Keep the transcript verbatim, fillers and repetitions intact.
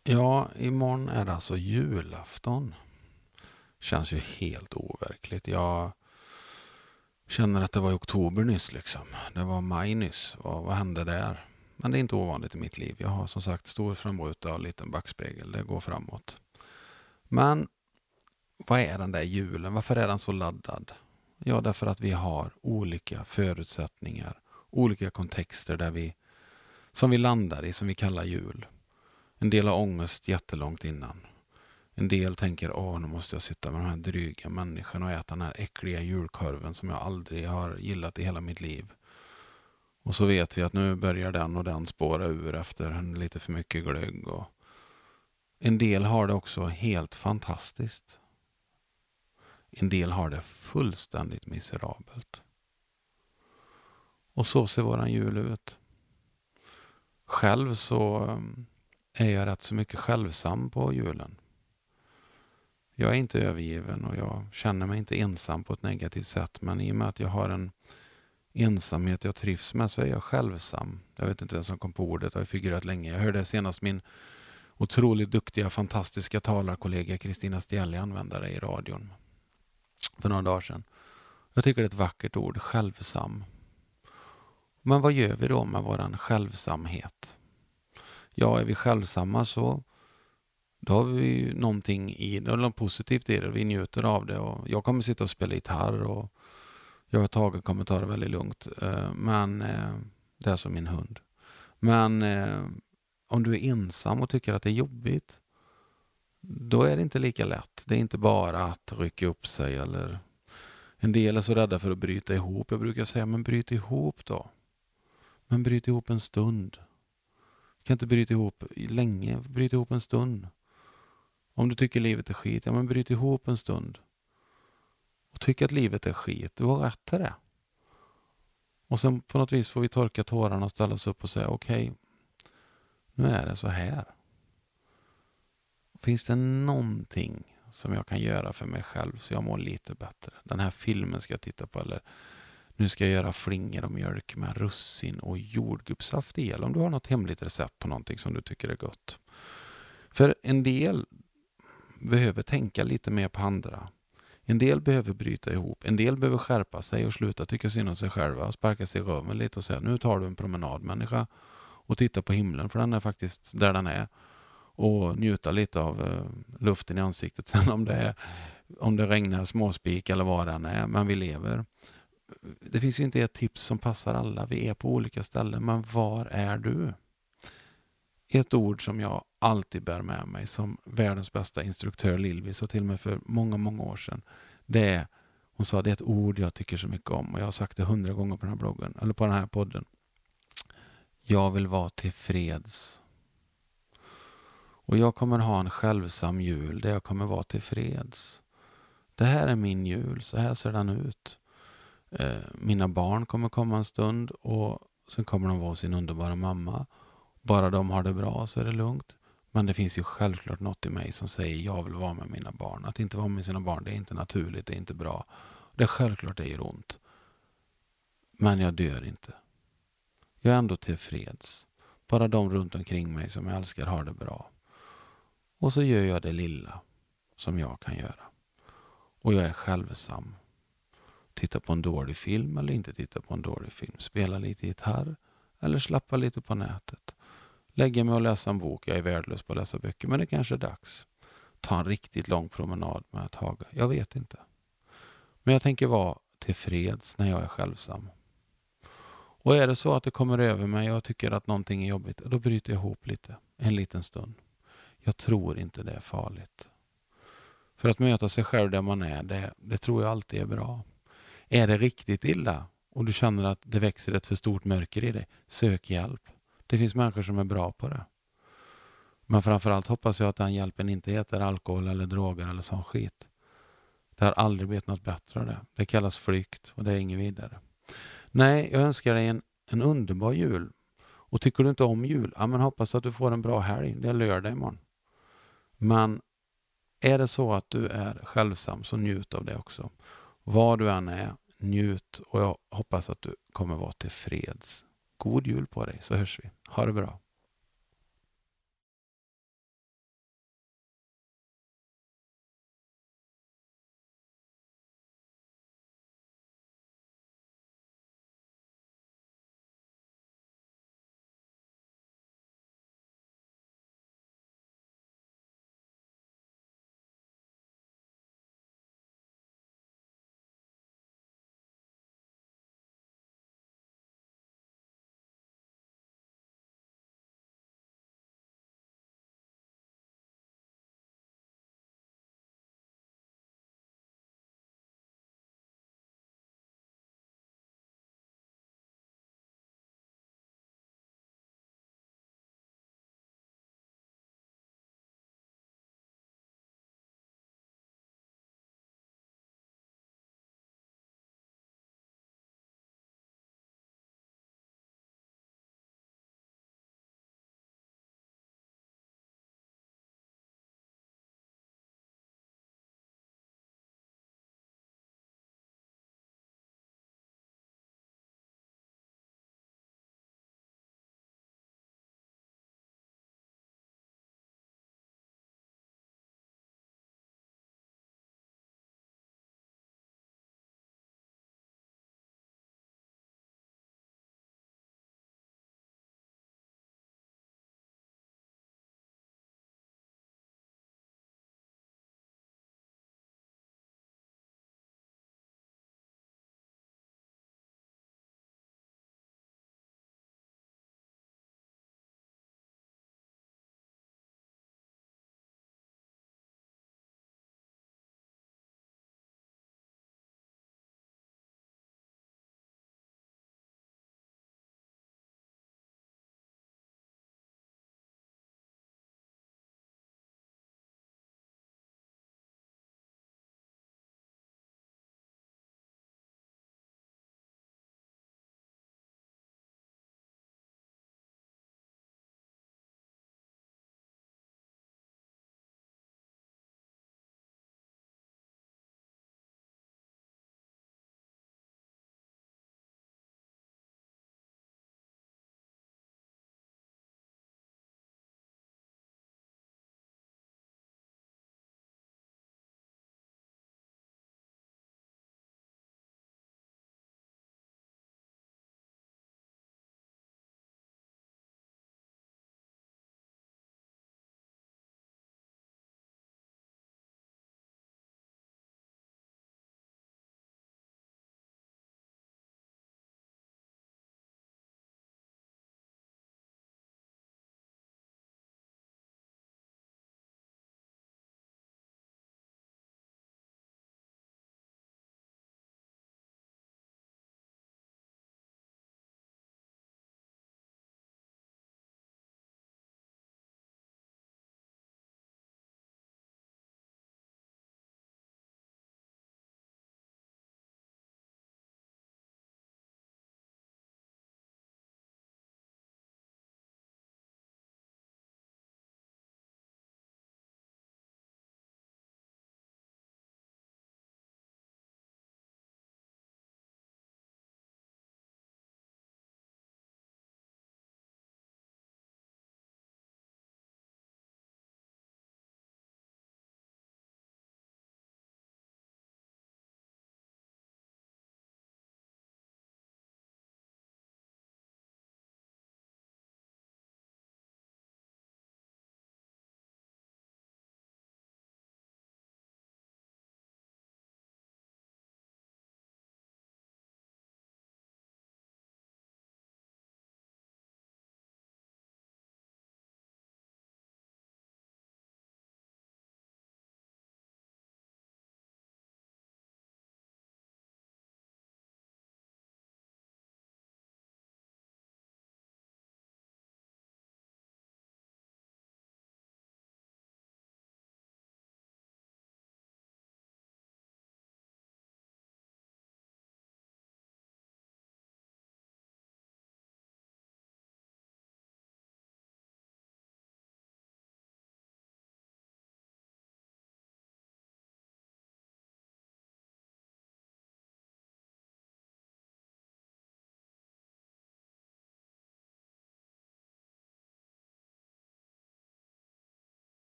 Ja, imorgon är det alltså julafton. Känns ju helt overkligt. Jag känner att det var i oktober nyss liksom. Det var maj nyss. Vad, vad hände där? Men det är inte ovanligt i mitt liv. Jag har som sagt stor framruta och liten backspegel. Det går framåt. Men vad är den där julen? Varför är den så laddad? Ja, därför att vi har olika förutsättningar. Olika kontexter där vi, som vi landar i, som vi kallar jul. En del har ångest jättelångt innan. En del tänker, åh nu måste jag sitta med de här dryga människorna och äta den här äckliga julkorven som jag aldrig har gillat i hela mitt liv. Och så vet vi att nu börjar den och den spåra ur efter lite för mycket glögg. Och en del har det också helt fantastiskt. En del har det fullständigt miserabelt. Och så ser våran jul ut. Själv så är jag rätt så mycket självsam på julen. Jag är inte övergiven och jag känner mig inte ensam på ett negativt sätt. Men i och med att jag har en ensamhet jag trivs med så är jag självsam. Jag vet inte vem som kom på ordet, jag har figurerat länge. Jag hörde senast min otroligt duktiga, fantastiska talarkollega Kristina Stjälle använda det i radion för några dagar sedan. Jag tycker det är ett vackert ord, självsam. Men vad gör vi då med våran självsamhet? Ja, är vi självsamma så då har vi ju någonting i det, något positivt i det. Vi njuter av det och jag kommer sitta och spela gitarr och jag och Tage kommer ta det väldigt lugnt. Men det är som min hund. Men om du är ensam och tycker att det är jobbigt, då är det inte lika lätt. Det är inte bara att rycka upp sig eller en del är så rädda för att bryta ihop. Jag brukar säga, men bryt ihop då. Men bryt ihop en stund. Kan inte bryta ihop länge, bryt ihop en stund. Om du tycker livet är skit, ja men bryt ihop en stund. Och tycker att livet är skit, du har rätt till det. Och sen på något vis får vi torka tårarna och ställa oss upp och säga, okej, okay, nu är det så här. Finns det någonting som jag kan göra för mig själv så jag mår lite bättre? Den här filmen ska jag titta på, eller nu ska jag göra flingor och mjölk med russin och jordgubbssaft i. Eller om du har något hemligt recept på någonting som du tycker är gott. För en del behöver tänka lite mer på andra. En del behöver bryta ihop. En del behöver skärpa sig och sluta tycka synd om sig själva. Sparka sig i röven lite och säga, nu tar du en promenad människa och titta på himlen. För den är faktiskt där den är. Och njuta lite av uh, luften i ansiktet. Sen om det, är, om det regnar småspik eller vad den är. Men vi lever. Det finns ju inte ett tips som passar alla. Vi är på olika ställen. Men var är du? Ett ord som jag alltid bär med mig som världens bästa instruktör Lilvi sa till mig för många, många år sedan. Det är, hon sa, det är ett ord jag tycker så mycket om och jag har sagt det hundra gånger på den här bloggen eller på den här podden. Jag vill vara tillfreds. Och jag kommer ha en självsam jul där jag kommer vara tillfreds. Det här är min jul, så här ser den ut. Mina barn kommer komma en stund och sen kommer de vara sin underbara mamma. Bara de har det bra så är det lugnt. Men det finns ju självklart något i mig som säger jag vill vara med mina barn. Att inte vara med sina barn, det är inte naturligt, det är inte bra. Det är självklart det gör ont. Men jag dör inte. Jag är ändå tillfreds. Bara de runt omkring mig som jag älskar har det bra. Och så gör jag det lilla som jag kan göra. Och jag är självsam. Titta på en dålig film eller inte titta på en dålig film. Spela lite gitarr eller slappa lite på nätet. Lägga mig och läsa en bok. Jag är värdelös på att läsa böcker, men det kanske är dags. Ta en riktigt lång promenad med ett hage. Jag vet inte. Men jag tänker vara tillfreds när jag är självsam. Och är det så att det kommer över mig och jag tycker att någonting är jobbigt, då bryter jag ihop lite. En liten stund. Jag tror inte det är farligt. För att möta sig själv där man är, det, det tror jag alltid är bra. Är det riktigt illa och du känner att det växer ett för stort mörker i dig, sök hjälp. Det finns människor som är bra på det. Men framförallt hoppas jag att den hjälpen inte heter alkohol eller droger eller sån skit. Det har aldrig blivit något bättre av det. Det kallas flykt och det är inget vidare. Nej, jag önskar dig en, en underbar jul. Och tycker du inte om jul, ja, men hoppas att du får en bra helg. Det är lördag imorgon. Men är det så att du är självsam så njut av det också. Vad du än är, njut och jag hoppas att du kommer vara tillfreds. God jul på dig så hörs vi. Ha det bra.